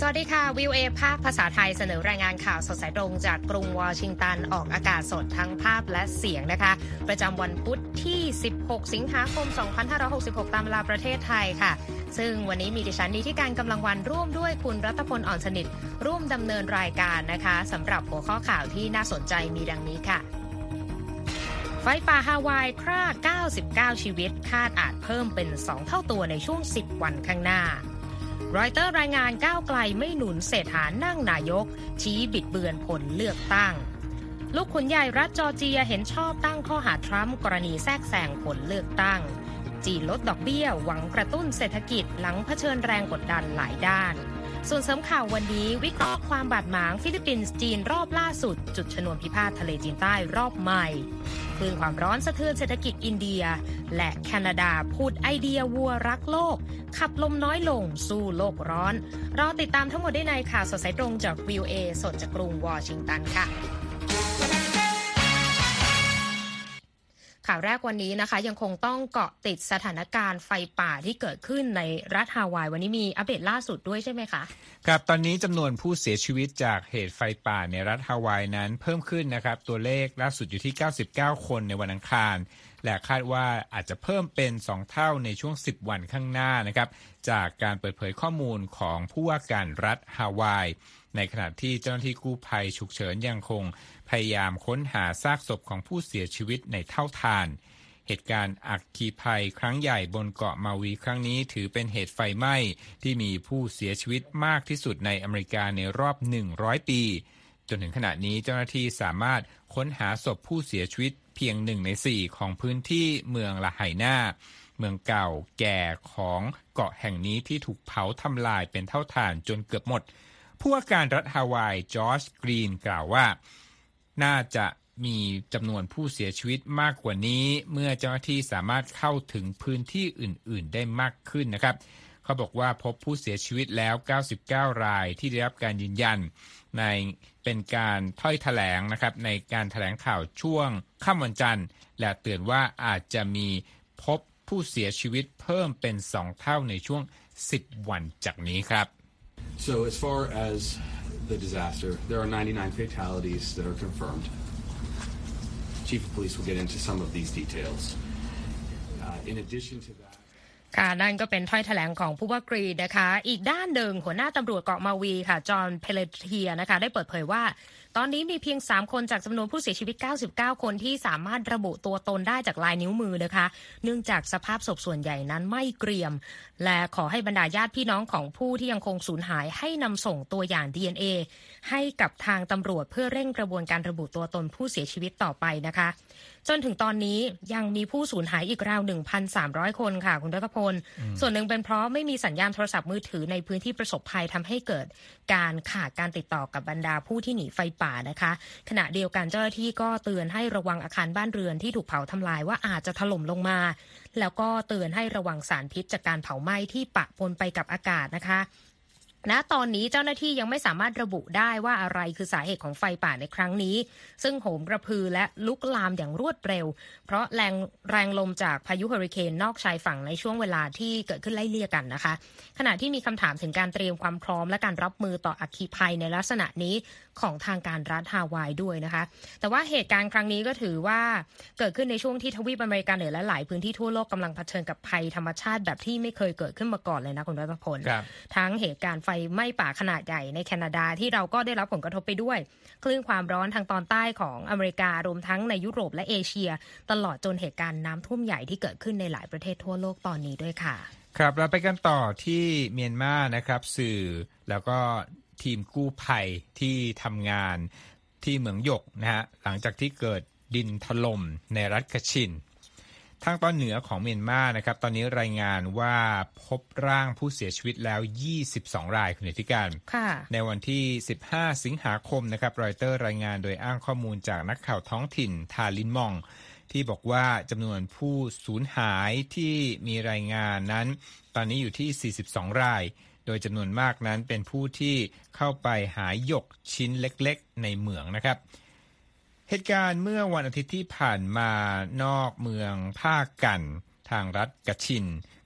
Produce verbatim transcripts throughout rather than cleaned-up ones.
สวัสดีค่ะ วี โอ เอ ภาคภาษาไทยเสนอรายงานข่าวสดสายตรงจากกรุงวอชิงตันออกอากาศสดทั้งภาพและเสียงนะคะประจำวันพุธที่สิบหกสิงหาคมสองพันห้าร้อยหกสิบหกตามเวลาประเทศไทยค่ะซึ่งวันนี้มีดิฉันนิติการกำลังวันร่วมด้วยคุณรัตพลอ่อนสนิทร่วมดำเนินรายการนะคะสำหรับหัวข้อข่าวที่น่าสนใจมีดังนี้ค่ะไฟป่าฮาวายฆ่าเก้าสิบเก้าชีวิตคาดอาจเพิ่มเป็นสองเท่าตัวในช่วงสิบวันข้างหน้ารอยเตอร์รายงานก้าวไกลไม่หนุนเศรษฐานั่งนายกชี้บิดเบือนผลเลือกตั้งลูกขุนใหญ่รัฐจอร์เจียเห็นชอบตั้งข้อหาทรัมป์กรณีแทรกแซงผลเลือกตั้งจีนลดดอกเบี้ยหวังกระตุ้นเศรษฐกิจหลังเผชิญแรงกดดันหลายด้านส่วนเสริมข่าววันนี้วิเคราะห์ความบาดหมางฟิลิปปินส์จีนรอบล่าสุดจุดชนวนพิพาททะเลจีนใต้รอบใหม่คลื่นความร้อนสะเทือนเศรษฐกิจอินเดียและแคนาดาพูดไอเดียวัวรักโลกขับลมน้อยลงสู้โลกร้อนรอติดตามทั้งหมดได้ในข่าวสดสายตรงจาก วี โอ เอ สดจากกรุงวอชิงตันค่ะข่าวแรกวันนี้นะคะยังคงต้องเกาะติดสถานการณ์ไฟป่าที่เกิดขึ้นในรัฐฮาวายวันนี้มีอัปเดตล่าสุดด้วยใช่ไหมคะครับตอนนี้จำนวนผู้เสียชีวิตจากเหตุไฟป่าในรัฐฮาวายนั้นเพิ่มขึ้นนะครับตัวเลขล่าสุดอยู่ที่เก้าสิบเก้าคนในวันอังคารและคาดว่าอาจจะเพิ่มเป็นสองเท่าในช่วงสิบวันข้างหน้านะครับจากการเปิดเผยข้อมูลของผู้ว่าการรัฐฮาวายในขณะที่เจ้าหน้าที่กู้ภัยฉุกเฉินยังคงพยายามค้นหาซากศพของผู้เสียชีวิตในเท่าทานเหตุการณ์อัคคีภัยครั้งใหญ่บนเกาะมาวีครั้งนี้ถือเป็นเหตุไฟไหม้ที่มีผู้เสียชีวิตมากที่สุดในอเมริกาในรอบหนึ่งร้อยปีจนถึงขณะนี้เจ้าหน้าที่สามารถค้นหาศพผู้เสียชีวิตเพียงหนึ่งในสี่ของพื้นที่เมืองละไฮน่าเมืองเก่าแก่ของเกาะแห่งนี้ที่ถูกเผาทำลายเป็นเท่าฐานจนเกือบหมดผู้ว่าการรัฐฮาวายจอร์จกรีนกล่าวว่าน่าจะมีจำนวนผู้เสียชีวิตมากกว่านี้เมื่อเจ้าหน้าที่สามารถเข้าถึงพื้นที่อื่นๆได้มากขึ้นนะครับเขาบอกว่าพบผู้เสียชีวิตแล้วเก้าสิบเก้ารายที่ได้รับการยืนยันในเป็นการถ้อยแถลงนะครับในการแถลงข่าวช่วงค่ำวันจันทร์และเตือนว่าอาจจะมีพบผู้เสียชีวิตเพิ่มเป็นสองเท่าในช่วงสิบวันจากนี้ครับ So as far as the disaster, there are ninety-nine fatalities that are confirmed. Chief of Police will get into some of these details. Uh, in addition to that, ค่ะนั่นก็เป็นถ้อยแถลงของผู้ว่ากรีนนะคะอีกด้านหนึ่งหัวหน้าตำรวจเกาะมาวีค่ะจอห์นเพเลเทียนะคะได้เปิดเผยว่าตอนนี้มีเพียงสามคนจากจำนวนผู้เสียชีวิตเก้าสิบเก้าคนที่สามารถระบุตัวตนได้จากลายนิ้วมือนะคะเนื่องจากสภาพศพส่วนใหญ่นั้นไม่เกรียมและขอให้บรรดาญาติพี่น้องของผู้ที่ยังคงสูญหายให้นำส่งตัวอย่าง ดี เอ็น เอ ให้กับทางตำรวจเพื่อเร่งกระบวนการระบุตัวตนผู้เสียชีวิตต่อไปนะคะจนถึงตอนนี้ยังมีผู้สูญหายอีกราว หนึ่งพันสามร้อย คนค่ะคุณรัตพลส่วนหนึ่งเป็นเพราะไม่มีสัญญาณโทรศัพท์มือถือในพื้นที่ประสบภัยทำให้เกิดการขาดการติดต่อกับบรรดาผู้ที่หนีไฟป่านะคะขณะเดียวกันเจ้าหน้าที่ก็เตือนให้ระวังอาคารบ้านเรือนที่ถูกเผาทำลายว่าอาจจะถล่มลงมาแล้วก็เตือนให้ระวังสารพิษจากการเผาไหม้ที่ปะปนไปกับอากาศนะคะณตอนนี้เจ้าหน้าที่ยังไม่สามารถระบุได้ว่าอะไรคือสาเหตุของไฟป่าในครั้งนี้ซึ่งโหมกระพือและลุกลามอย่างรวดเร็วเพราะแรงแรงลมจากพายุเฮอริเคนนอกชายฝั่งในช่วงเวลาที่เกิดขึ้นไล่เลี่ยกันนะคะขณะที่มีคำถามถึงการเตรียมความพร้อมและการรับมือต่ออัคคีภัยในลักษณะนี้ของทางการรัฐฮาวายด้วยนะคะแต่ว่าเหตุการณ์ครั้งนี้ก็ถือว่าเกิดขึ้นในช่วงที่ทวีปอเมริกาเหนือและหลายพื้นที่ทั่วโลกกำลังเผชิญกับภัยธรรมชาติแบบที่ไม่เคยเกิดขึ้นมาก่อนเลยนะคุณรัตพลทั้งเหตุการณ์ไฟไหม้ป่าขนาดใหญ่ในแคนาดาที่เราก็ได้รับผลกระทบไปด้วยคลื่นความร้อนทางตอนใต้ของอเมริการวมทั้งในยุโรปและเอเชียตลอดจนเหตุการณ์น้ำท่วมใหญ่ที่เกิดขึ้นในหลายประเทศทั่วโลกตอนนี้ด้วยค่ะครับเราไปกันต่อที่เมียนมานะครับสื่อแล้วก็ทีมกู้ภัยที่ทำงานที่เหมืองหยกนะฮะหลังจากที่เกิดดินถล่มในรัฐกะชินทางตอนเหนือของเมียนมานะครับตอนนี้รายงานว่าพบร่างผู้เสียชีวิตแล้วยี่สิบสองรายคุณธิการในวันที่สิบห้าสิงหาคมนะครับรอยเตอร์รายงานโดยอ้างข้อมูลจากนักข่าวท้องถิ่นทาลินมองที่บอกว่าจำนวนผู้สูญหายที่มีรายงานนั้นตอนนี้อยู่ที่สี่สิบสองรายโดยจำนวนมากนั้นเป็นผู้ที่เข้าไปหาหยกชิ้นเล็กๆในเหมืองนะครับเหตุการณ์เมื่อวันอาทิตย์ที่ผ่านมานอกเมืองภาคกันทางรัฐกะชิน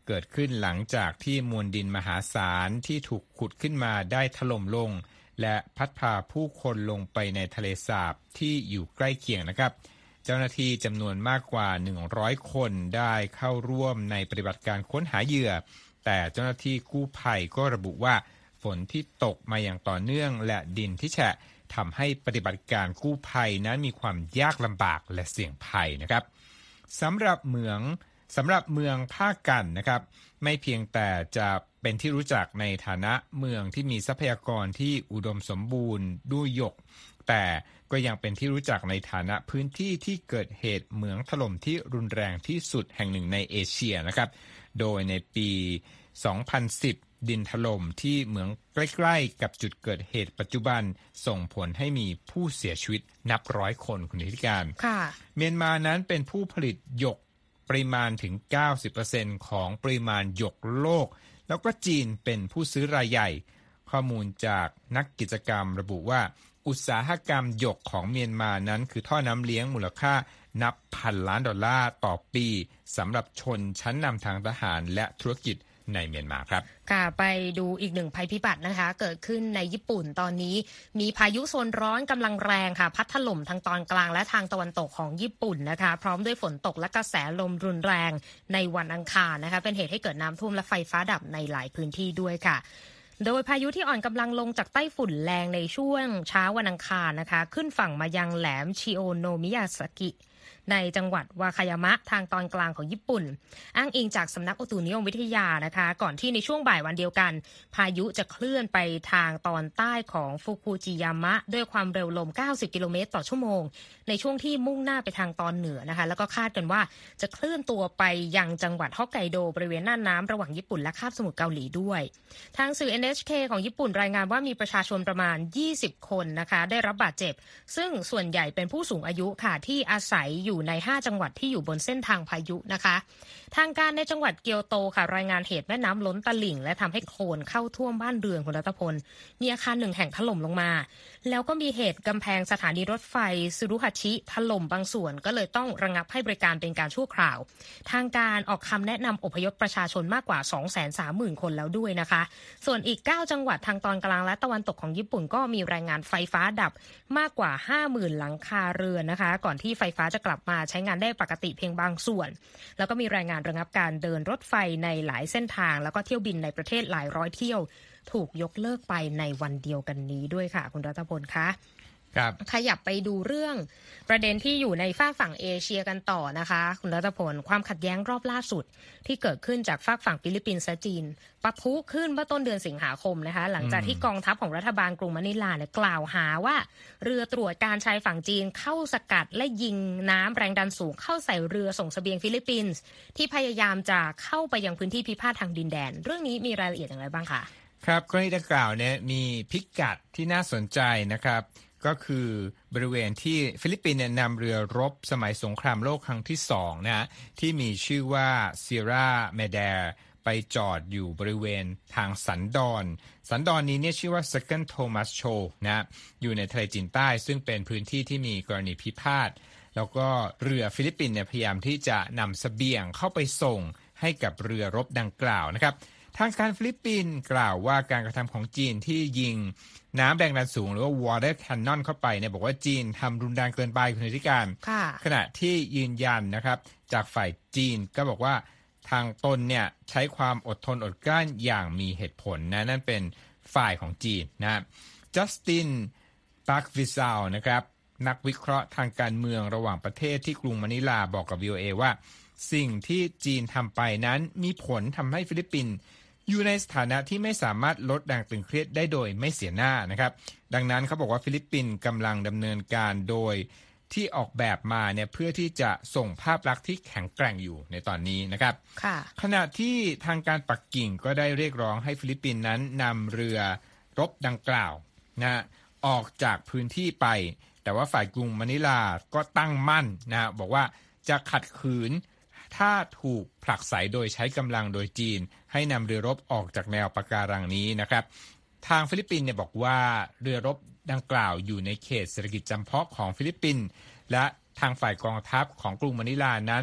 เกิดขึ้นหลังจากที่มวลดินมหาศาลที่ถูกขุดขึ้นมาได้ถล่มลงและพัดพาผู้คนลงไปในทะเลสาบที่อยู่ใกล้เคียงนะครับเจ้าหน้าที่จำนวนมากกว่าหนึ่งร้อยคนได้เข้าร่วมในปฏิบัติการค้นหาเหยื่อแต่เจ้าหน้าที่กู้ภัยก็ระบุว่าฝนที่ตกมาอย่างต่อเนื่องและดินที่แฉะทำให้ปฏิบัติการกู้ภัยนั้นมีความยากลำบากและเสี่ยงภัยนะครับสำหรับเมืองสำหรับเมืองท่ากันนะครับไม่เพียงแต่จะเป็นที่รู้จักในฐานะเมืองที่มีทรัพยากรที่อุดมสมบูรณ์ด้วยหยกแต่ก็ยังเป็นที่รู้จักในฐานะพื้นที่ที่เกิดเหตุเหมืองถล่มที่รุนแรงที่สุดแห่งหนึ่งในเอเชียนะครับโดยในปีสองพันสิบดินถล่มที่เหมืองใกล้ๆกับจุดเกิดเหตุปัจจุบันส่งผลให้มีผู้เสียชีวิตนับร้อยคนคุณนิติการค่ะเมียนมานั้นเป็นผู้ผลิตหยกปริมาณถึง เก้าสิบเปอร์เซ็นต์ ของปริมาณหยกโลกแล้วก็จีนเป็นผู้ซื้อรายใหญ่ข้อมูลจากนักกิจกรรมระบุว่าอุตสาหกรรมหยกของเมียนมานั้นคือท่อน้ำเลี้ยงมูลค่านับพันล้านดอลลาร์ต่อปีสำหรับชนชั้นนำทางทหารและธุรกิจในเมียนมาครับค่ะไปดูอีกหนึ่งภัยพิบัตินะคะเกิดขึ้นในญี่ปุ่นตอนนี้มีพายุโซนร้อนกำลังแรงค่ะพัดถล่มทางตอนกลางและทางตะวันตกของญี่ปุ่นนะคะพร้อมด้วยฝนตกและกระแสลมรุนแรงในวันอังคารนะคะเป็นเหตุให้เกิดน้ำท่วมและไฟฟ้าดับในหลายพื้นที่ด้วยค่ะโดยพายุที่อ่อนกำลังลงจากไต้ฝุ่นแรงในช่วงเช้าวันอังคารนะคะขึ้นฝั่งมายังแหลมชิโอโนมิยาสกิในจังหวัดวาคายามะทางตอนกลางของญี่ปุ่นอ้างอิงจากสำนักอุตุนิยมวิทยานะคะก่อนที่ในช่วงบ่ายวันเดียวกันพายุจะเคลื่อนไปทางตอนใต้ของฟุกุจิยามะด้วยความเร็วลมเก้าสิบกิโลเมตรต่อชั่วโมงในช่วงที่มุ่งหน้าไปทางตอนเหนือนะคะแล้วก็คาดกันว่าจะเคลื่อนตัวไปยังจังหวัดฮอกไกโดบริเวณน่านน้ำระหว่างญี่ปุ่นและคาบสมุทรเกาหลีด้วยทางสื่อ เอ็น เอช เค ของญี่ปุ่นรายงานว่ามีประชาชนประมาณยี่สิบคนนะคะได้รับบาดเจ็บซึ่งส่วนใหญ่เป็นผู้สูงอายุค่ะที่อาศัยอยู่ในห้าจังหวัดที่อยู่บนเส้นทางพายุนะคะทางการในจังหวัดเกียวโตค่ะรายงานเหตุแม่น้ำล้นตลิ่งและทำให้โคลนเข้าท่วมบ้านเรือนคุณรัตพลมีอาคารหนึ่งแห่งถล่มลงมาแล้วก็มีเหตุกำแพงสถานีรถไฟซุรุฮาชิถล่มบางส่วนก็เลยต้องระงับให้บริการเป็นการชั่วคราวทางการออกคำแนะนำอพยพประชาชนมากกว่า สองแสนสามหมื่น คนแล้วด้วยนะคะส่วนอีกเก้าจังหวัดทางตอนกลางและตะวันตกของญี่ปุ่นก็มีรายงานไฟฟ้าดับมากกว่า ห้าหมื่น หลังคาเรือนนะคะก่อนที่ไฟฟ้าจะกลับมาใช้งานได้ปกติเพียงบางส่วนแล้วก็มีรายงานระงับการเดินรถไฟในหลายเส้นทางแล้วก็เที่ยวบินในประเทศหลายร้อยเที่ยวถูกยกเลิกไปในวันเดียวกันนี้ด้วยค่ะคุณรัตพลคะครับขยับไปดูเรื่องประเด็นที่อยู่ในฝากฝั่งเอเชียกันต่อนะคะคุณรัตพลความขัดแย้งรอบล่าสุดที่เกิดขึ้นจากฝากฝั่งฟิลิปปินส์และจีนปะทุขึ้นเมื่อต้นเดือนสิงหาคมนะคะหลังจากที่กองทัพของรัฐบาลกรุงมะนิลาเนี่ยกล่าวหาว่าเรือตรวจการชายฝั่งจีนเข้าสกัดและยิงน้ำแรงดันสูงเข้าใส่เรือส่งเสบียงฟิลิปปินส์ที่พยายามจะเข้าไปยังพื้นที่พิพาททางดินแดนเรื่องนี้มีรายละเอียดอย่างไรบ้างคะครับกรณีดังกล่าวเนี่ยมีพิกัดที่น่าสนใจนะครับก็คือบริเวณที่ฟิลิปปินส์นำเรือรบสมัยสงครามโลกครั้งที่สองนะฮะที่มีชื่อว่าเซียร่าเมเดร์ไปจอดอยู่บริเวณทางสันดอนสันดอนนี้เนี่ยชื่อว่า Second Thomas Shoal นะอยู่ในทะเลจีนใต้ซึ่งเป็นพื้นที่ที่มีกรณีพิพาทแล้วก็เรือฟิลิปปินส์เนี่ยพยายามที่จะนำเสบียงเข้าไปส่งให้กับเรือรบดังกล่าวนะครับทางการฟิลิปปินส์กล่าวว่าการกระทำของจีนที่ยิงน้ำแรงดันสูงหรือว่า water cannon เข้าไปเนี่ยบอกว่าจีนทำรุนแรงเกินไปคุณธิการขณะที่ยืนยันนะครับจากฝ่ายจีนก็บอกว่าทางตนเนี่ยใช้ความอดทนอดกลั้นอย่างมีเหตุผลนะนั่นเป็นฝ่ายของจีนนะจัสตินปาร์ควิซาลนะครับนักวิเคราะห์ทางการเมืองระหว่างประเทศที่กรุงมะนิลาบอกกับ วี โอ เอ ว่าสิ่งที่จีนทำไปนั้นมีผลทำให้ฟิลิปปินส์อยู่ในสถานะที่ไม่สามารถลดแรงตึงเครียดได้โดยไม่เสียหน้านะครับดังนั้นเขาบอกว่าฟิลิปปินส์กำลังดำเนินการโดยที่ออกแบบมาเนี่ยเพื่อที่จะส่งภาพลักษณ์ที่แข็งแกร่งอยู่ในตอนนี้นะครับขณะที่ทางการปักกิ่งก็ได้เรียกร้องให้ฟิลิปปินส์นั้นนำเรือรบดังกล่าวนะออกจากพื้นที่ไปแต่ว่าฝ่ายกรุงมะนิลาก็ตั้งมั่นนะบอกว่าจะขัดขืนถ้าถูกผลักไสโดยใช้กำลังโดยจีนให้นำเรือรบออกจากแนวปะการังนี้นะครับทางฟิลิปปินส์เนี่ยบอกว่าเรือรบดังกล่าวอยู่ในเขตเศรษฐกิจจำเพาะของฟิลิปปินส์และทางฝ่ายกองทัพของกรุงมะนิลานั้น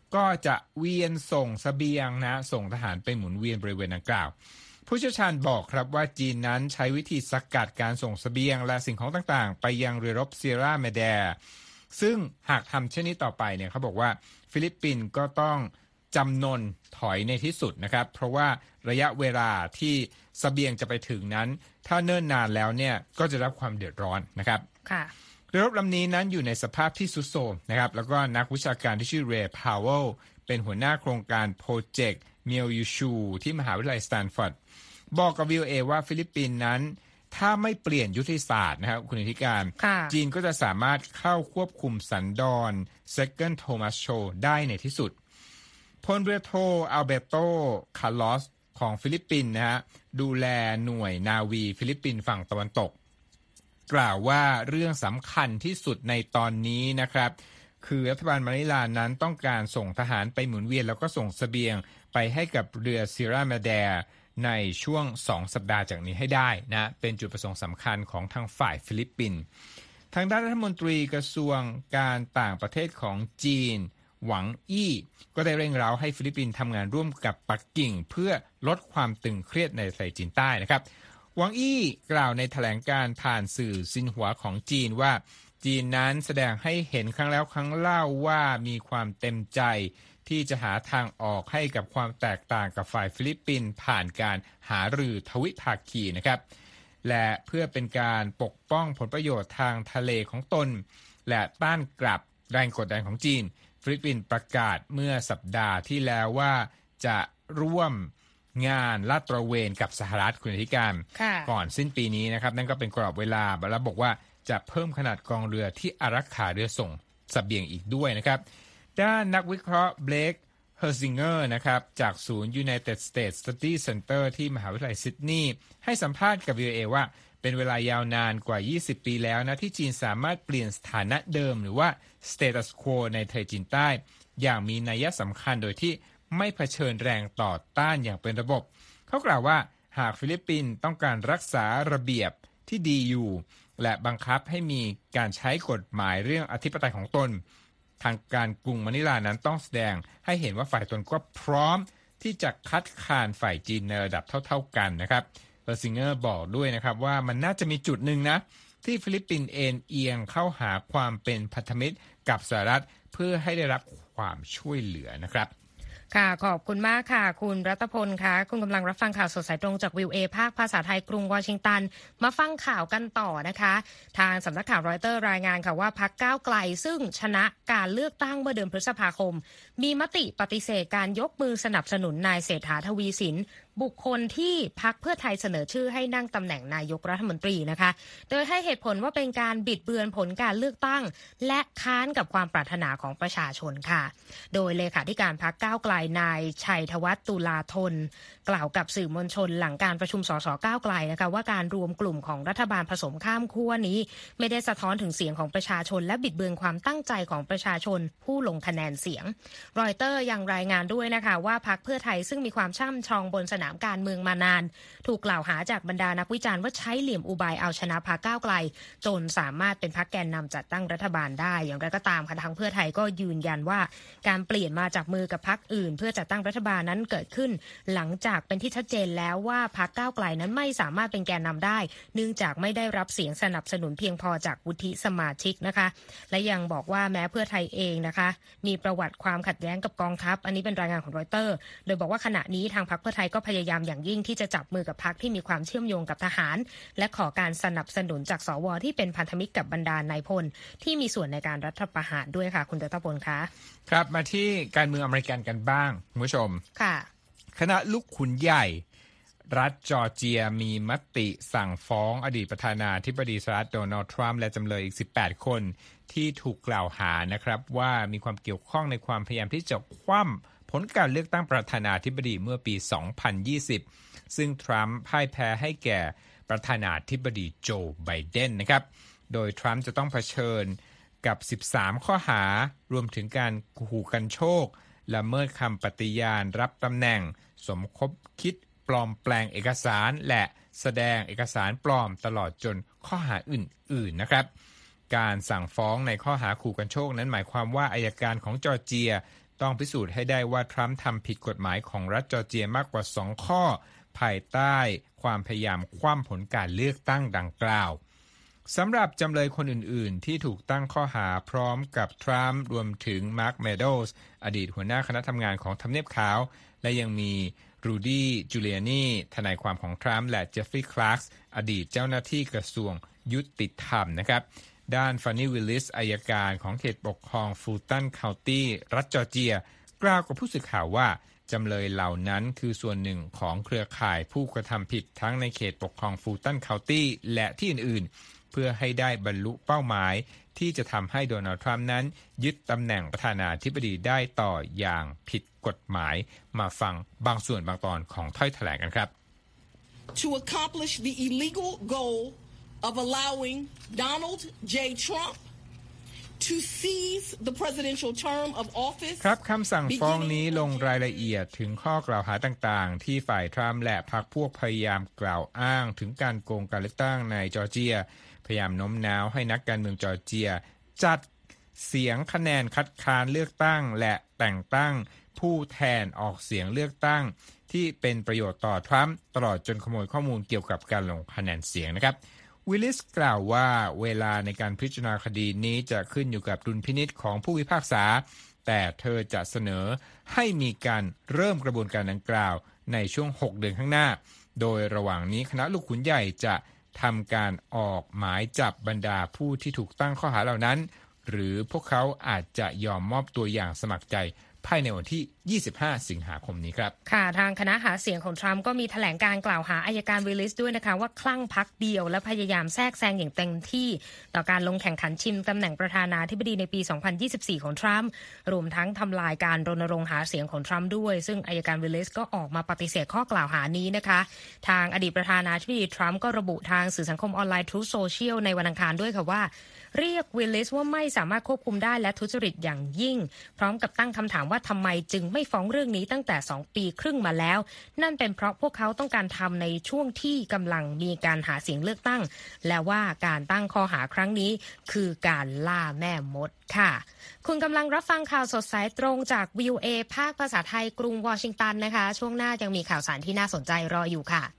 ก็จะเวียนส่งเสบียงนะส่งทหารไปหมุนเวียนบริเวณดังกล่าวผู้เชี่ยวชาญบอกครับว่าจีนนั้นใช้วิธีสกัดการส่งเสบียงและสิ่งของต่างๆไปยังเรือรบเซียร่าเมเดร์ซึ่งหากทำเช่นนี้ต่อไปเนี่ยเขาบอกว่าฟิลิปปินส์ก็ต้องจำนนถอยในที่สุดนะครับเพราะว่าระยะเวลาที่เสบียงจะไปถึงนั้นถ้าเนิ่นนานแล้วเนี่ยก็จะรับความเดือดร้อนนะครับค่ะเรือรบลำนี้นั้นอยู่ในสภาพที่ทรุดโทรมนะครับแล้วก็นักวิชาการที่ชื่อเรย์พาวเวลเป็นหัวหน้าโครงการโปรเจกต์เมียวยูชูที่มหาวิทยาลัยสแตนฟอร์ดบอกกับ วี โอ เอ ว่าฟิลิปปินส์นั้นถ้าไม่เปลี่ยนยุทธศาสตร์นะครับคุณธิการจีนก็จะสามารถเข้าควบคุมสันดอน Second Thomas Show ได้ในที่สุดพลเรือโทอัลเบโตคาร์ลอสของฟิลิปปินส์นะฮะดูแลหน่วยนาวีฟิลิปปินส์ฝั่งตะวันตกกล่าวว่าเรื่องสำคัญที่สุดในตอนนี้นะครับคือรัฐบาลมะนิลานั้นต้องการส่งทหารไปหมุนเวียนแล้วก็ส่งเสบียงไปให้กับเรือเซียร่าเมเดร์ในช่วงสองสัปดาห์จากนี้ให้ได้นะเป็นจุดประสงค์สำคัญของทางฝ่ายฟิลิปปินส์ทางด้านรัฐมนตรีกระทรวงการต่างประเทศของจีนหวังอี้ก็ได้เร่งเร้าให้ฟิลิปปินส์ทำงานร่วมกับปักกิ่งเพื่อลดความตึงเครียดในทะเลจีนใต้นะครับหวังอี้กล่าวในแถลงการผ่านสื่อซินหัวของจีนว่าจีนนั้นแสดงให้เห็นครั้งแล้วครั้งเล่าว่ามีความเต็มใจที่จะหาทางออกให้กับความแตกต่างกับฝ่ายฟิลิปปินส์ผ่านการหารือทวิภาคีนะครับและเพื่อเป็นการปกป้องผลประโยชน์ทางทะเลของตนและต้านกลับแรงกดดันของจีนฟิลิปปินส์ประกาศเมื่อสัปดาห์ที่แล้วว่าจะร่วมงานลาดตระเวนกับสหรัฐคุณธิการก่อนสิ้นปีนี้นะครับนั่นก็เป็นกรอบเวลาแล้วบอกว่าจะเพิ่มขนาดกองเรือที่อารักขาเรือส่งเสบียงอีกด้วยนะครับด้านนักวิเคราะห์เบลคเฮอร์ซิงเกอร์นะครับจากศูนย์ United States Study Center ที่มหาวิทยาลัยซิดนีย์ให้สัมภาษณ์กับ วี โอ เอ ว่าเป็นเวลายาวนานกว่ายี่สิบปีแล้วนะที่จีนสามารถเปลี่ยนสถานะเดิมหรือว่า status quo ในทะเลจีนใต้อย่างมีนัยสำคัญโดยที่ไม่เผชิญแรงต่อต้านอย่างเป็นระบบเขากล่าวว่าหากฟิลิปปินส์ต้องการรักษาระเบียบที่ดีอยู่และบังคับให้มีการใช้กฎหมายเรื่องอธิปไตยของตนทางการกรุงมะนิลานั้นต้องแสดงให้เห็นว่าฝ่ายตนก็พร้อมที่จะคัดค้านฝ่ายจีนในระดับเท่าๆกันนะครับเฮอร์ซิงเกอร์บอกด้วยนะครับว่ามันน่าจะมีจุดหนึ่งนะที่ฟิลิปปินส์เอ็นเอียงเข้าหาความเป็นพันธมิตรกับสหรัฐเพื่อให้ได้รับความช่วยเหลือนะครับค่ะขอบคุณมากค่ะคุณรัตพลค่ะคุณกำลังรับฟังข่าวสดสายตรงจาก วี โอ เอ ภาคภาษาไทยกรุงวอชิงตันมาฟังข่าวกันต่อนะคะทางสำนักข่าวรอยเตอร์รายงานค่ะว่าพรรคก้าวไกลซึ่งชนะการเลือกตั้งเมื่อเดือนพฤษภาคมมีมติปฏิเสธการยกมือสนับสนุนนายเศรษฐาทวีสินบุคคลที่พรรคเพื่อไทยเสนอชื่อให้นั่งตำแหน่งนายกรัฐมนตรีนะคะโดยให้เหตุผลว่าเป็นการบิดเบือนผลการเลือกตั้งและค้านกับความปรารถนาของประชาชนค่ะโดยเลขาธิการพรรคก้าวไกลนายชัยธวัฒน์ตุลาธนกล่าวกับสื่อมวลชนหลังการประชุมสสก้าวไกลนะคะว่าการรวมกลุ่มของรัฐบาลผสมข้ามขั้วนี้ไม่ได้สะท้อนถึงเสียงของประชาชนและบิดเบือนความตั้งใจของประชาชนผู้ลงคะแนนเสียงรอยเตอร์ยังรายงานด้วยนะคะว่าพรรคเพื่อไทยซึ่งมีความช่ำชองบนสนามการเมืองมานานถูกกล่าวหาจากบรรดานักวิจารณ์ว่าใช้เหลี่ยมอุบายเอาชนะพรรคก้าวไกลจนสามารถเป็นพรรคแกนนำจัดตั้งรัฐบาลได้อย่างไรก็ตามค่ะทางเพื่อไทยก็ยืนยันว่าการเปลี่ยนมาจับมือกับพรรคอื่นเพื่อจัดตั้งรัฐบาลนั้นเกิดขึ้นหลังจากเป็นที่ชัดเจนแล้วว่าพรรคก้าวไกลนั้นไม่สามารถเป็นแกนนำได้เนื่องจากไม่ได้รับเสียงสนับสนุนเพียงพอจากวุฒิสมาชิกนะคะและยังบอกว่าแม้เพื่อไทยเองนะคะมีประวัติความขัดแย้งกับกองทัพอันนี้เป็นรายงานของรอยเตอร์โดยบอกว่าขณะนี้ทางพรรคเพื่อไทยก็พยายามอย่างยิ่งที่จะจับมือกับพรรคที่มีความเชื่อมโยงกับทหารและขอการสนับสนุนจากสวที่เป็นพันธมิตรกับบรรดานายพลที่มีส่วนในการรัฐประหารด้วยค่ะคุณเดชพลคะครับมาที่การเมืองอเมริกันกันบ้างคุณผู้ชมค่ะคณะลูกขุนใหญ่รัฐจอร์เจียมีมติสั่งฟ้องอดีตประธานาธิบดีสหรัฐโดนัลด์ทรัมป์และจำเลยอีกสิบแปดคนที่ถูกกล่าวหานะครับว่ามีความเกี่ยวข้องในความพยายามที่จะคว่ำผลการเลือกตั้งประธานาธิบดีเมื่อปีสองพันยี่สิบซึ่งทรัมป์พ่ายแพ้ให้แก่ประธานาธิบดีโจไบเดนนะครับโดยทรัมป์จะต้องเผชิญกับสิบสามข้อหารวมถึงการขู่กันโชคละเมิดคำปฏิญาณรับตำแหน่งสมคบคิดปลอมแปลงเอกสารและแสดงเอกสารปลอมตลอดจนข้อหาอื่นๆนะครับการสั่งฟ้องในข้อหาขู่กันโชคนั้นหมายความว่าอัยการของจอร์เจียต้องพิสูจน์ให้ได้ว่าทรัมป์ทำผิดกฎหมายของรัฐจอร์เจียมากกว่าสองข้อภายใต้ความพยายามคว่ำผลการเลือกตั้งดังกล่าวสำหรับจำเลยคนอื่นๆที่ถูกตั้งข้อหาพร้อมกับทรัมป์รวมถึงมาร์ค เมโดสอดีตหัวหน้าคณะทำงานของทำเนียบขาวและยังมีรูดี้ จูเลียนีทนายความของทรัมป์และเจฟฟรีย์ คลาร์กส์อดีตเจ้าหน้าที่กระทรวงยุติธรรมนะครับด้านฟันนี่ วิลลิสอัยการของเขตปกครองฟูลตันเคานตี้รัฐจอร์เจียกล่าวกับผู้สื่อข่าวว่าจำเลยเหล่านั้นคือส่วนหนึ่งของเครือข่ายผู้กระทำผิดทั้งในเขตปกครองฟูลตันเคานตี้และที่อื่นๆเพื่อให้ได้บรรลุเป้าหมายที่จะทำให้โดนัลด์ทรัมป์นั้นยึดตำแหน่งประธานาธิบดีได้ต่ออย่างผิดกฎหมายมาฟังบางส่วนบางตอนของถ้อยแถลงกันครับ To accomplish the illegal goal of allowing Donald J. Trump to seize the presidential term of office ครับคำสั่งฟ้องนี้ลงรายละเอียดถึงข้อกล่าวหาต่างๆที่ฝ่ายทรัมป์และพรรคพวกพยายามกล่าวอ้างถึงการโกงการเลือกตั้งในจอร์เจียพยายามโน้มน้าวให้นักการเมืองจอร์เจียจัดเสียงคะแนนคัดค้านเลือกตั้งและแต่งตั้งผู้แทนออกเสียงเลือกตั้งที่เป็นประโยชน์ต่อทรัมป์ตลอดจนขโมยข้อมูลเกี่ยวกับการลงคะแนนเสียงนะครับวิลลิสกล่าวว่าเวลาในการพิจารณาคดีนี้จะขึ้นอยู่กับดุลพินิจของผู้พิพากษาแต่เธอจะเสนอให้มีการเริ่มกระบวนการดังกล่าวในช่วงหกเดือนข้างหน้าโดยระหว่างนี้คณะลูกขุนใหญ่จะทำการออกหมายจับบรรดาผู้ที่ถูกตั้งข้อหาเหล่านั้นหรือพวกเขาอาจจะยอมมอบตัวอย่างสมัครใจภายในวันที่ยี่สิบห้าสิงหาคมนี้ครับค่ะทางคณะหาเสียงของทรัมป์ก็มีแถลงการกล่าวหาอัยการวิลลิสด้วยนะคะว่าคลั่งพรรคเดียวและพยายามแทรกแซงอย่างเต็มที่ต่อการลงแข่งขันชิงตำแหน่งประธานาธิบดีในปีสองพันยี่สิบสี่ของทรัมป์รวมทั้งทำลายการรณรงค์หาเสียงของทรัมป์ด้วยซึ่งอัยการวิลลิสก็ออกมาปฏิเสธข้อกล่าวหานี้นะคะทางอดีตประธานาธิบดีทรัมป์ก็ระบุทางสื่อสังคมออนไลน์ Truth Social ในวันอังคารด้วยค่ะว่าเรียกวิลลิสว่าไม่สามารถควบคุมได้และทุจริตอย่างยิ่งพร้อมกับตั้งคำถามว่าทำไมจึงไม่ฟ้องเรื่องนี้ตั้งแต่สองปีครึ่งมาแล้วนั่นเป็นเพราะพวกเขาต้องการทำในช่วงที่กำลังมีการหาเสียงเลือกตั้งและว่าการตั้งข้อหาครั้งนี้คือการล่าแม่มดค่ะคุณกำลังรับฟังข่าวสดสายตรงจาก วี โอ เอ ภาคภาษาไทยกรุงวอชิงตันนะคะช่วงหน้ายังมีข่าวสารที่น่าสนใจรออยู่ค่ะ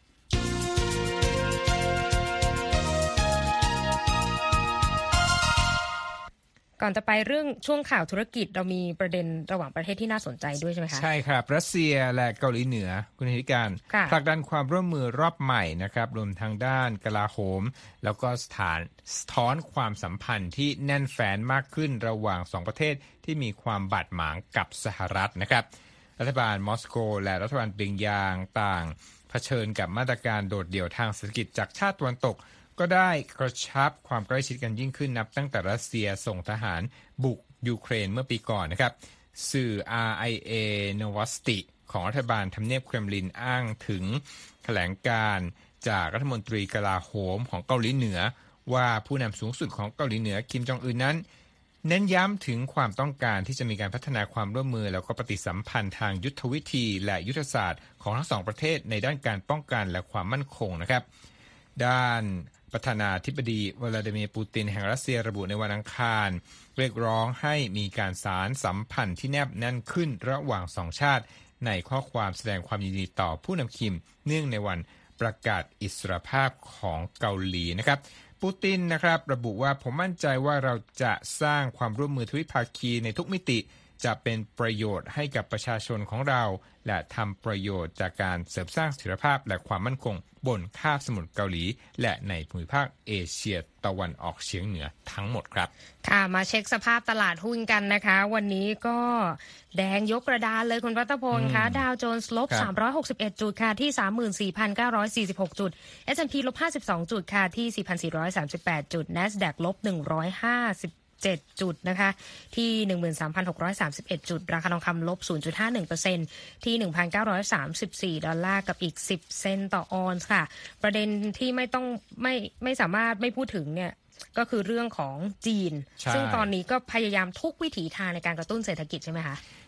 ก่อนจะไปเรื่องช่วงข่าวธุรกิจเรามีประเด็นระหว่างประเทศที่น่าสนใจด้วยใช่ไหมคะใช่ครับรัสเซียและเกาหลีเหนือคุณธิการผลักดันความร่วมมือรอบใหม่นะครับรวมทางด้านกลาโหมแล้วก็สถานสะท้อนความสัมพันธ์ที่แน่นแฟ้นมากขึ้นระหว่างสองประเทศที่มีความบาดหมางกับสหรัฐนะครับรัฐบาลมอสโกและรัฐบาลเปียงยางต่างเผชิญกับมาตรการโดดเดี่ยวทางเศรษฐกิจจากชาติตะวันตกก็ได้กระชับความใกล้ชิดกันยิ่งขึ้นนับตั้งแต่รัสเซียส่งทหารบุกยูเครนเมื่อปีก่อนนะครับสื่อ อาร์ ไอ เอ Novosti ของรัฐบาลทำเนียบเครมลินอ้างถึงแถลงการจากรัฐมนตรีกลาโหมของเกาหลีเหนือว่าผู้นำสูงสุดของเกาหลีเหนือคิมจองอึนนั้นเน้นย้ำถึงความต้องการที่จะมีการพัฒนาความร่วมมือแล้วก็ปฏิสัมพันธ์ทางยุทธวิธีและยุทธศาสตร์ของทั้งสองประเทศในด้านการป้องกันและความมั่นคงนะครับด้านประธานาธิบดีวลาดิเมียร์ปูตินแห่งรัสเซียระบุในวันอังคารเรียกร้องให้มีการสานสัมพันธ์ที่แนบแน่นขึ้นระหว่างสองชาติในข้อความแสดงความยินดีต่อผู้นำคิมเนื่องในวันประกาศอิสรภาพของเกาหลีนะครับปูตินนะครับระบุว่าผมมั่นใจว่าเราจะสร้างความร่วมมือทวิภาคีในทุกมิติจะเป็นประโยชน์ให้กับประชาชนของเราและทำประโยชน์จากการเสริมสร้างเสถียรภาพและความมั่นคงบนคาบสมุทรเกาหลีและในภูมิภาคเอเชียตะวันออกเฉียงเหนือทั้งหมดครับค่ะมาเช็คสภาพตลาดหุ้นกันนะคะวันนี้ก็แดงยกกระดานเลยคุณรัตพลคะดาวโจนส์ลบสามร้อยหกสิบเอ็ดจุดค่ะที่ สามหมื่นสี่พันเก้าร้อยสี่สิบหก จุด เอส แอนด์ พี ลบห้าสิบสองจุดค่ะที่ สี่พันสี่ร้อยสามสิบแปด จุด NASDAQ ลบหนึ่งร้อยห้าสิบเจ็ดจุดนะคะที่ หนึ่งหมื่นสามพันหกร้อยสามสิบเอ็ด จุดราคาทองคำลบ ศูนย์จุดห้าหนึ่งเปอร์เซ็นต์ ที่ หนึ่งพันเก้าร้อยสามสิบสี่ ดอลลาร์กับอีกสิบเซนต์ต่อออนซ์ค่ะประเด็นที่ไม่ต้องไม่ไม่สามารถไม่พูดถึงเนี่ยก็คือเรื่องของจีนซึ่งตอนนี้ก็พยายามทุกวิถีทางในการกระตุ้นเศรษฐกิจใช่ไหมคะ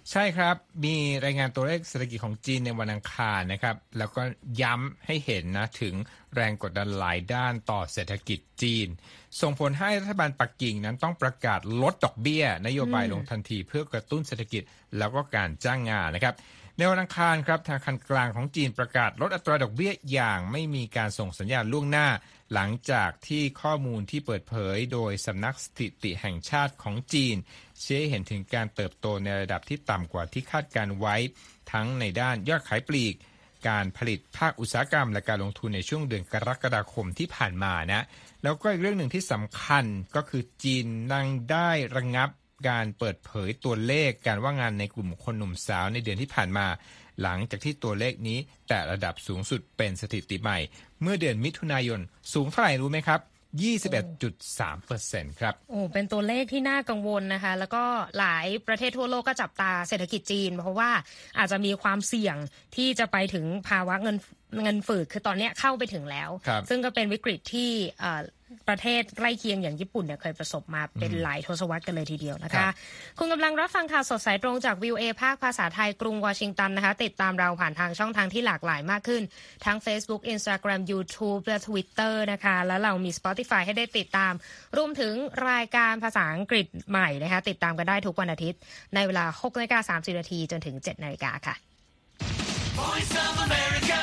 ใช่ครับมีรายงานตัวเลขเศรษฐกิจของจีนในวันอังคารนะครับแล้วก็ย้ำให้เห็นนะถึงแรงกดดันหลายด้านต่อเศรษฐกิจจีนส่งผลให้รัฐบาลปักกิ่งนั้นต้องประกาศลดดอกเบี้ยนโยบายลงทันทีเพื่อกระตุ้นเศรษฐกิจแล้วก็การจ้างงานนะครับในวันอังคารครับธนาคารกลางของจีนประกาศลดอัตราดอกเบี้ยอย่างไม่มีการส่งสัญญาณล่วงหน้าหลังจากที่ข้อมูลที่เปิดเผยโดยสำนักสถิติแห่งชาติของจีนชี้ให้เห็นถึงการเติบโตในระดับที่ต่ำกว่าที่คาดการไว้ทั้งในด้านยอดขายปลีกการผลิตภาคอุตสาหกรรมและการลงทุนในช่วงเดือนกรกฎาคมที่ผ่านมานะแล้วก็อีกเรื่องหนึ่งที่สำคัญก็คือจีนยังได้ระงับการเปิดเผยตัวเลขการว่างงานในกลุ่มคนหนุ่มสาวในเดือนที่ผ่านมาหลังจากที่ตัวเลขนี้แตะระดับสูงสุดเป็นสถิติใหม่เมื่อเดือนมิถุนายนสูงเท่าไหร่รู้ไหมครับ ยี่สิบเอ็ดจุดสามเปอร์เซ็นต์ ครับโอ้เป็นตัวเลขที่น่ากังวลนะคะแล้วก็หลายประเทศทั่วโลกก็จับตาเศรษฐกิจจีนเพราะว่าอาจจะมีความเสี่ยงที่จะไปถึงภาวะเงินเงินฝืดคือตอนนี้เข้าไปถึงแล้วซึ่งก็เป็นวิกฤตที่ประเทศใกล้เคียงอย่างญี่ปุ่นเนี่ยเคยประสบมาเป็นหลายทศวรรษกันเลยทีเดียวนะคะคุณกำลังรับฟังข่าวสดสายตรงจาก วี โอ เอ ภาคภาษาไทยกรุงวอชิงตันนะคะติดตามเราผ่านทางช่องทางที่หลากหลายมากขึ้นทั้ง Facebook Instagram YouTube และ Twitter นะคะแล้วเรามี Spotify ให้ได้ติดตามรวมถึงรายการภาษาอังกฤษใหม่นะคะติดตามกันได้ทุกวันอาทิตย์ในเวลา หกนาฬิกาสามสิบนาทีจนถึง เจ็ดนาฬิกาค่ะ Voice of America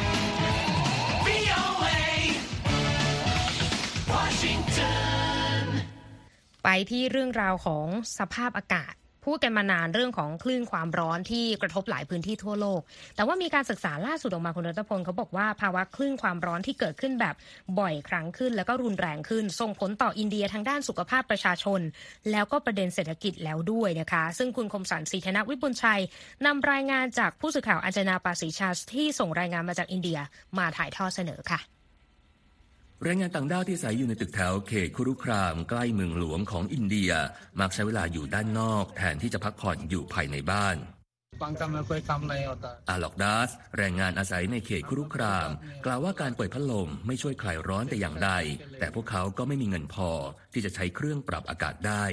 ไปที่เรื่องราวของสภาพอากาศพูดกันมานานเรื่องของคลื่นความร้อนที่กระทบหลายพื้นที่ทั่วโลกแต่ว่ามีการศึกษาล่าสุดออกมาคุณรัตพลเขาบอกว่าภาวะคลื่นความร้อนที่เกิดขึ้นแบบบ่อยครั้งขึ้นแล้วก็รุนแรงขึ้นส่งผลต่ออินเดียทางด้านสุขภาพประชาชนแล้วก็ประเด็นเศรษฐกิจแล้วด้วยนะคะซึ่งคุณคมสันต์ ศรีธนวิบุลชัยนำรายงานจากผู้สื่อข่าวอัญจนาปาสีชาที่ส่งรายงานมาจากอินเดียมาถ่ายทอดเสนอค่ะแรงงานต่างด้าวที่อาศัยอยู่ในตึกแถวเขตคุรุครามใกล้เมืองหลวงของอินเดียมักใช้เวลาอยู่ด้านนอกแทนที่จะพักผ่อนอยู่ภายในบ้านอาล็อกดัสแรงงานอาศัยในเขตคุรุครามกล่าวว่าการเปิดพัดลมไม่ช่วยคลายร้อนแต่อย่างใดแต่พวกเขาก็ไม่มีเงินพอที่จะใช้เครื่องปรับอากาศได้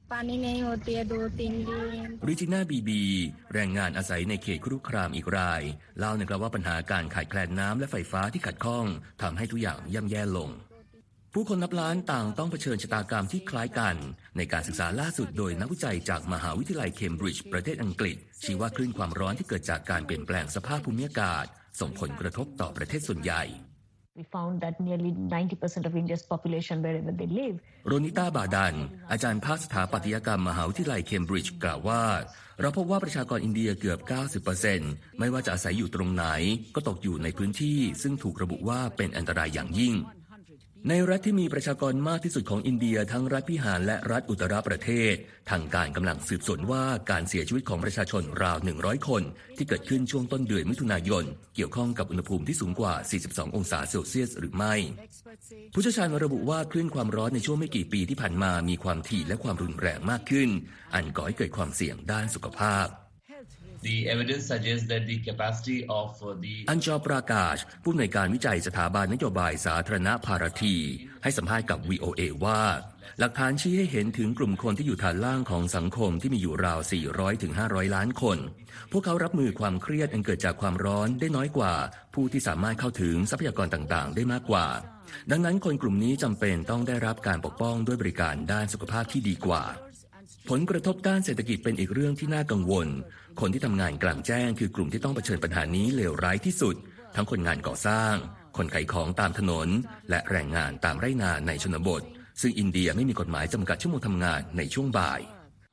ริจิน่าบีบีแรงงานอาศัยในเขตคุรุครามอีกรายเล่านะครับว่าปัญหาการขาดแคลนน้ำและไฟฟ้าที่ขัดข้องทำให้ทุกอย่างย่ำแย่ลงผู้คนนับล้านต่างต้องเผชิญชะตากรรมที่คล้ายกันในการศึกษาล่าสุดโดยนักวิจัยจากมหาวิทยาลัยเคมบริดจ์ประเทศอังกฤษชี้ว่าคลื่นความร้อนที่เกิดจากการเปลี่ยนแปลงสภาพภูมิอากาศส่งผลกระทบต่อประเทศส่วนใหญ่ We found that nearly ninety percent of India's population wherever they live โรนิต้าบาดันอาจารย์ภาคสถาปัตยกรรมมหาวิทยาลัยเคมบริดจ์กล่าวว่าเราพบว่าประชากรอินเดียเกือบ เก้าสิบเปอร์เซ็นต์ ไม่ว่าจะอาศัยอยู่ตรงไหนก็ตกอยู่ในพื้นที่ซึ่งถูกระบุว่าเป็นอันตรายอย่างยิ่งในรัฐที่มีประชากรมากที่สุดของอินเดียทั้งรัฐพิหารและรัฐอุตตรประเทศทางการกำลังสืบสวนว่าการเสียชีวิตของประชาชนราวหนึ่งร้อยคนที่เกิดขึ้นช่วงต้นเดือนมิถุนายนเกี่ยวข้องกับอุณหภูมิที่สูงกว่าสี่สิบสององศาเซลเซียสหรือไม่ผู้เชี่ยวชาญระบุว่าคลื่นความร้อนในช่วงไม่กี่ปีที่ผ่านมามีความถี่และความรุนแรงมากขึ้นอันก่อให้เกิดความเสี่ยงด้านสุขภาพ The evidence suggests that the capacity of the อัญจปรากาศผู้อำนวยการวิจัยสถาบันนโยบายสาธารณภารธีให้สัมภาษณ์กับ วี โอ เอ ว่าหลักฐานชี้ให้เห็นถึงกลุ่มคนที่อยู่ฐานล่างของสังคมที่มีอยู่ราว สี่ร้อยถึงห้าร้อย ล้านคนพวกเขารับมือความเครียดอันเกิดจากความร้อนได้น้อยกว่าผู้ที่สามารถเข้าถึงทรัพยากรต่างๆได้มากกว่าดังนั้นคนกลุ่มนี้จำเป็นต้องได้รับการปกป้องด้วยบริการด้านสุขภาพที่ดีกว่าผลกระทบด้านเศรษฐกิจเป็นอีกเรื่องที่น่ากังวลคนที่ทำงานกลางแจ้งคือกลุ่มที่ต้องเผชิญปัญหานี้เลวร้ายที่สุดทั้งคนงานก่อสร้างคนขายของตามถนนและแรงงานตามไร่นาในชนบทซึ่งอินเดียไม่มีกฎหมายจำกัดชั่วโมงทำงานในช่วงบ่าย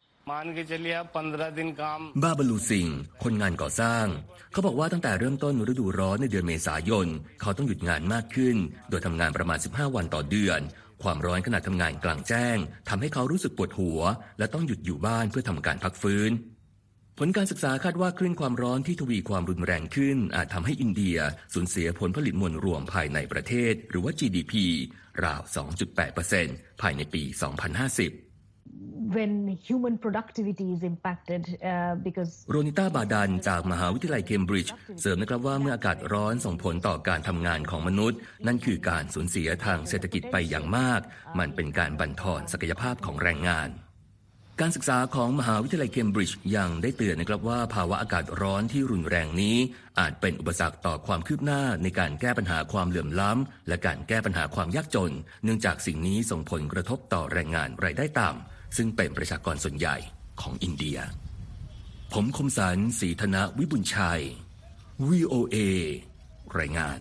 บาบาลูซิงคนงานก่อสร้างเขาบอกว่าตั้งแต่เริ่มต้นฤดูร้อนในเดือนเมษายนเขาต้องหยุดงานมากขึ้นโดยทำงานประมาณสิบห้าวันต่อเดือนความร้อนขณะทำงานกลางแจ้งทำให้เขารู้สึกปวดหัวและต้องหยุดอยู่บ้านเพื่อทำการพักฟื้นผลการศึกษาคาดว่าคลื่นความร้อนที่ทวีความรุนแรงขึ้นอาจทำให้อินเดียสูญเสียผลผลิตมวลรวมภายในประเทศหรือว่า จี ดี พี ราว สองจุดแปดเปอร์เซ็นต์ ภายในปี สองพันห้าสิบ When human productivity is impacted, uh, because โรนิต้าบาดันจากมหาวิทยาลัยเคมบริดจ์เสริมนะครับว่าเมื่ออากาศร้อนส่งผลต่อการทำงานของมนุษย์นั่นคือการสูญเสียทางเศรษฐกิจไปอย่างมากมันเป็นการบั่นทอนศักยภาพของแรงงานการศึกษาของมหาวิทยาลัยเคมบริดจ์ยังได้เตือนนะครับว่าภาวะอากาศร้อนที่รุนแรงนี้อาจเป็นอุปสรรคต่อความคืบหน้าในการแก้ปัญหาความเหลื่อมล้ำและการแก้ปัญหาความยากจนเนื่องจากสิ่งนี้ส่งผลกระทบต่อแรงงานรายได้ต่ำซึ่งเป็นประชากรส่วนใหญ่ของอินเดียผมคมสันต์ ศรีธนวิบุญชัย วี โอ เอ รายงาน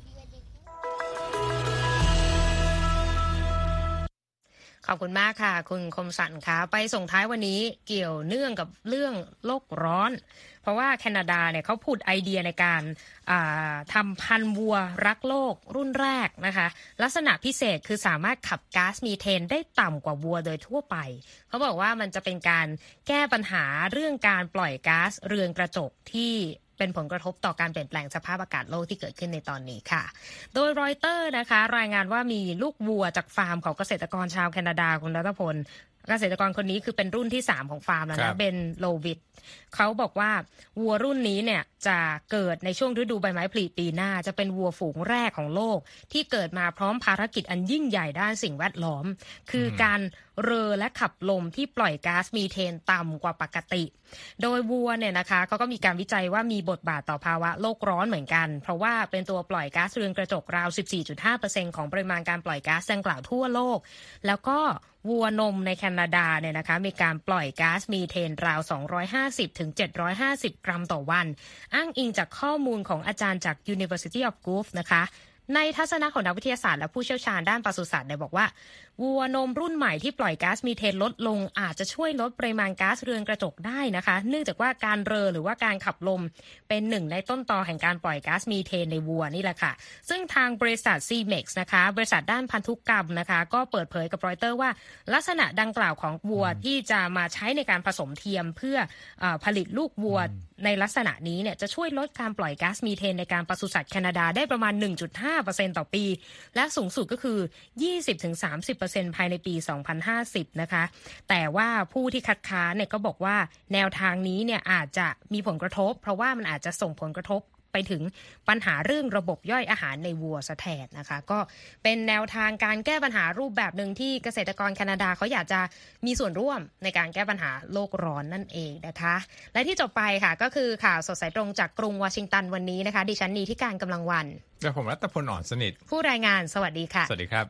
ขอบคุณมากค่ะคุณคมสันค่ะไปส่งท้ายวันนี้เกี่ยวเนื่องกับเรื่องโลกร้อนเพราะว่าแคนาดาเนี่ยเขาพูดไอเดียในการทำพันธุ์วัวรักโลกรุ่นแรกนะคะลักษณะพิเศษคือสามารถขับก๊าซมีเทนได้ต่ำกว่าวัวโดยทั่วไปเขาบอกว่ามันจะเป็นการแก้ปัญหาเรื่องการปล่อยก๊าซเรือนกระจกที่เป็นผลกระทบต่อการเปลี่ยนแปลงสภาพอากาศโลกที่เกิดขึ้นในตอนนี้ค่ะโดยรอยเตอร์นะคะรายงานว่ามีลูกวัวจากฟาร์มของเกษตรกรชาวแคนาดาคุณรัตพลเกษตรกรคนนี้คือเป็นรุ่นที่สามของฟาร์มแล้วนะเบนโลวิดเขาบอกว่าวัวรุ่นนี้เนี่ยจะเกิดในช่วงฤดูใบไม้ผลิปีหน้าจะเป็นวัวฝูงแรกของโลกที่เกิดมาพร้อมภารกิจอันยิ่งใหญ่ด้านสิ่งแวดล้อมคือการเรอและขับลมที่ปล่อยก๊าซมีเทนต่ำกว่าปกติโดยวัวเนี่ยนะคะเขาก็มีการวิจัยว่ามีบทบาทต่อภาวะโลกร้อนเหมือนกันเพราะว่าเป็นตัวปล่อยก๊าซเรือนกระจกราว สิบสี่จุดห้าเปอร์เซ็นต์ ของปริมาณการปล่อยก๊าซดังกล่าวทั่วโลกแล้วก็วัวนมในแคนาดาเนี่ยนะคะมีการปล่อยก๊าซมีเทนราวสองร้อยห้าสิบถึงเจ็ดร้อยห้าสิบกรัมต่อวันอ้างอิงจากข้อมูลของอาจารย์จาก University of Guelph นะคะในทัศนะของนักวิทยาศาสตร์และผู้เชี่ยวชาญด้านปศุสัตว์เนี่ยบอกว่าวัวนมรุ่นใหม่ที่ปล่อยก๊าซมีเทนลดลงอาจจะช่วยลดปริมาณก๊าซเรือนกระจกได้นะคะเนื่องจากว่าการเรอหรือว่าการขับลมเป็นหนึ่งในต้นตอแห่งการปล่อยก๊าซมีเทนในวัวนี่แหละค่ะซึ่งทางบริษัท ซี เม็กซ์ นะคะบริษัทด้านพันธุกรรมนะคะก็เปิดเผยกับรอยเตอร์ว่าลักษณะดังกล่าวของวัวที่จะมาใช้ในการผสมเทียมเพื่อเอ่อผลิตลูกวัวในลักษณะนี้เนี่ยจะช่วยลดการปล่อยก๊าซมีเทนในการปศุสัตว์แคนาดาได้ประมาณ หนึ่งจุดห้าเปอร์เซ็นต์ ต่อปีและสูงสุดก็คือ ยี่สิบถึงสามสิบเปอร์เซ็นต์ ภายในปีสองพันห้าสิบนะคะแต่ว่าผู้ที่คัดค้านเนี่ยก็บอกว่าแนวทางนี้เนี่ยอาจจะมีผลกระทบเพราะว่ามันอาจจะส่งผลกระทบไปถึงปัญหาเรื่องระบบย่อยอาหารในวัวซะแทนนะคะก็เป็นแนวทางการแก้ปัญหารูปแบบหนึ่งที่เกษตรกรแคนาดาเขาอยากจะมีส่วนร่วมในการแก้ปัญหาโลกร้อนนั่นเองนะคะและที่จบไปค่ะก็คือข่าวสดสายตรงจากกรุงวอชิงตันวันนี้นะคะดิฉันนีที่การกำลังวันและผมรัตพลอ่อนสนิทผู้รายงานสวัสดีค่ะสวัสดีครับ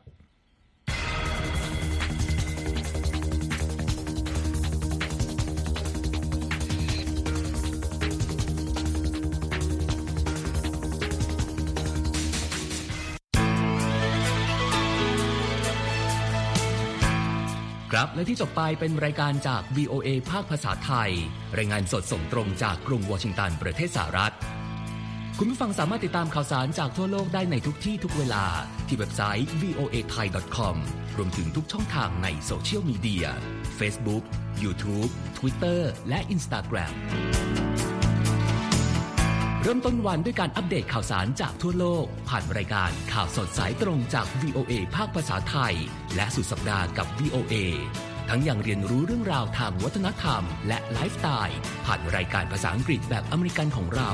ครับและที่จบไปเป็นรายการจาก วี โอ เอ ภาคภาษาไทยรายงานสดส่งตรงจากกรุงวอชิงตันประเทศสหรัฐคุณผู้ฟังสามารถติดตามข่าวสารจากทั่วโลกได้ในทุกที่ทุกเวลาที่เว็บไซต์ วี โอ เอ ไทย ดอท คอม รวมถึงทุกช่องทางในโซเชียลมีเดีย Facebook YouTube Twitter และ Instagram เริ่มต้นวันด้วยการอัปเดตข่าวสารจากทั่วโลกผ่านรายการข่าวสดสายตรงจาก วี โอ เอ ภาคภาษาไทยและสุดสัปดาห์กับ วี โอ เอ ทั้งยังเรียนรู้เรื่องราวทางวัฒนธรรมและไลฟ์สไตล์ผ่านรายการภาษาอังกฤษแบบอเมริกันของเรา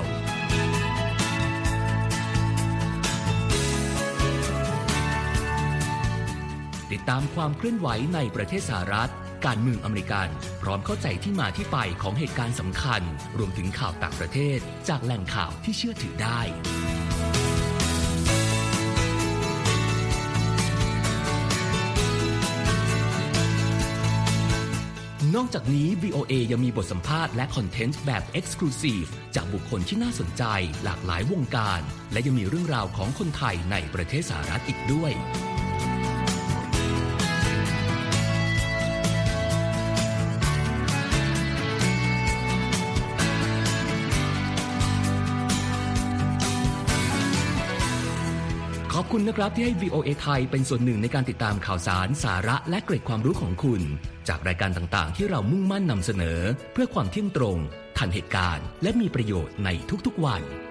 ติดตามความเคลื่อนไหวในประเทศสหรัฐการเมืองอเมริกันพร้อมเข้าใจที่มาที่ไปของเหตุการณ์สำคัญรวมถึงข่าวต่างประเทศจากแหล่งข่าวที่เชื่อถือได้นอกจากนี้ วี โอ เอ ยังมีบทสัมภาษณ์และคอนเทนต์แบบ Exclusive จากบุคคลที่น่าสนใจหลากหลายวงการและยังมีเรื่องราวของคนไทยในประเทศสหรัฐอีกด้วยขอบคุณนะครับที่ให้ วี โอ เอ ไทยเป็นส่วนหนึ่งในการติดตามข่าวสารสาระและเกร็ดความรู้ของคุณจากรายการต่างๆที่เรามุ่งมั่นนำเสนอเพื่อความเที่ยงตรงทันเหตุการณ์และมีประโยชน์ในทุกๆวัน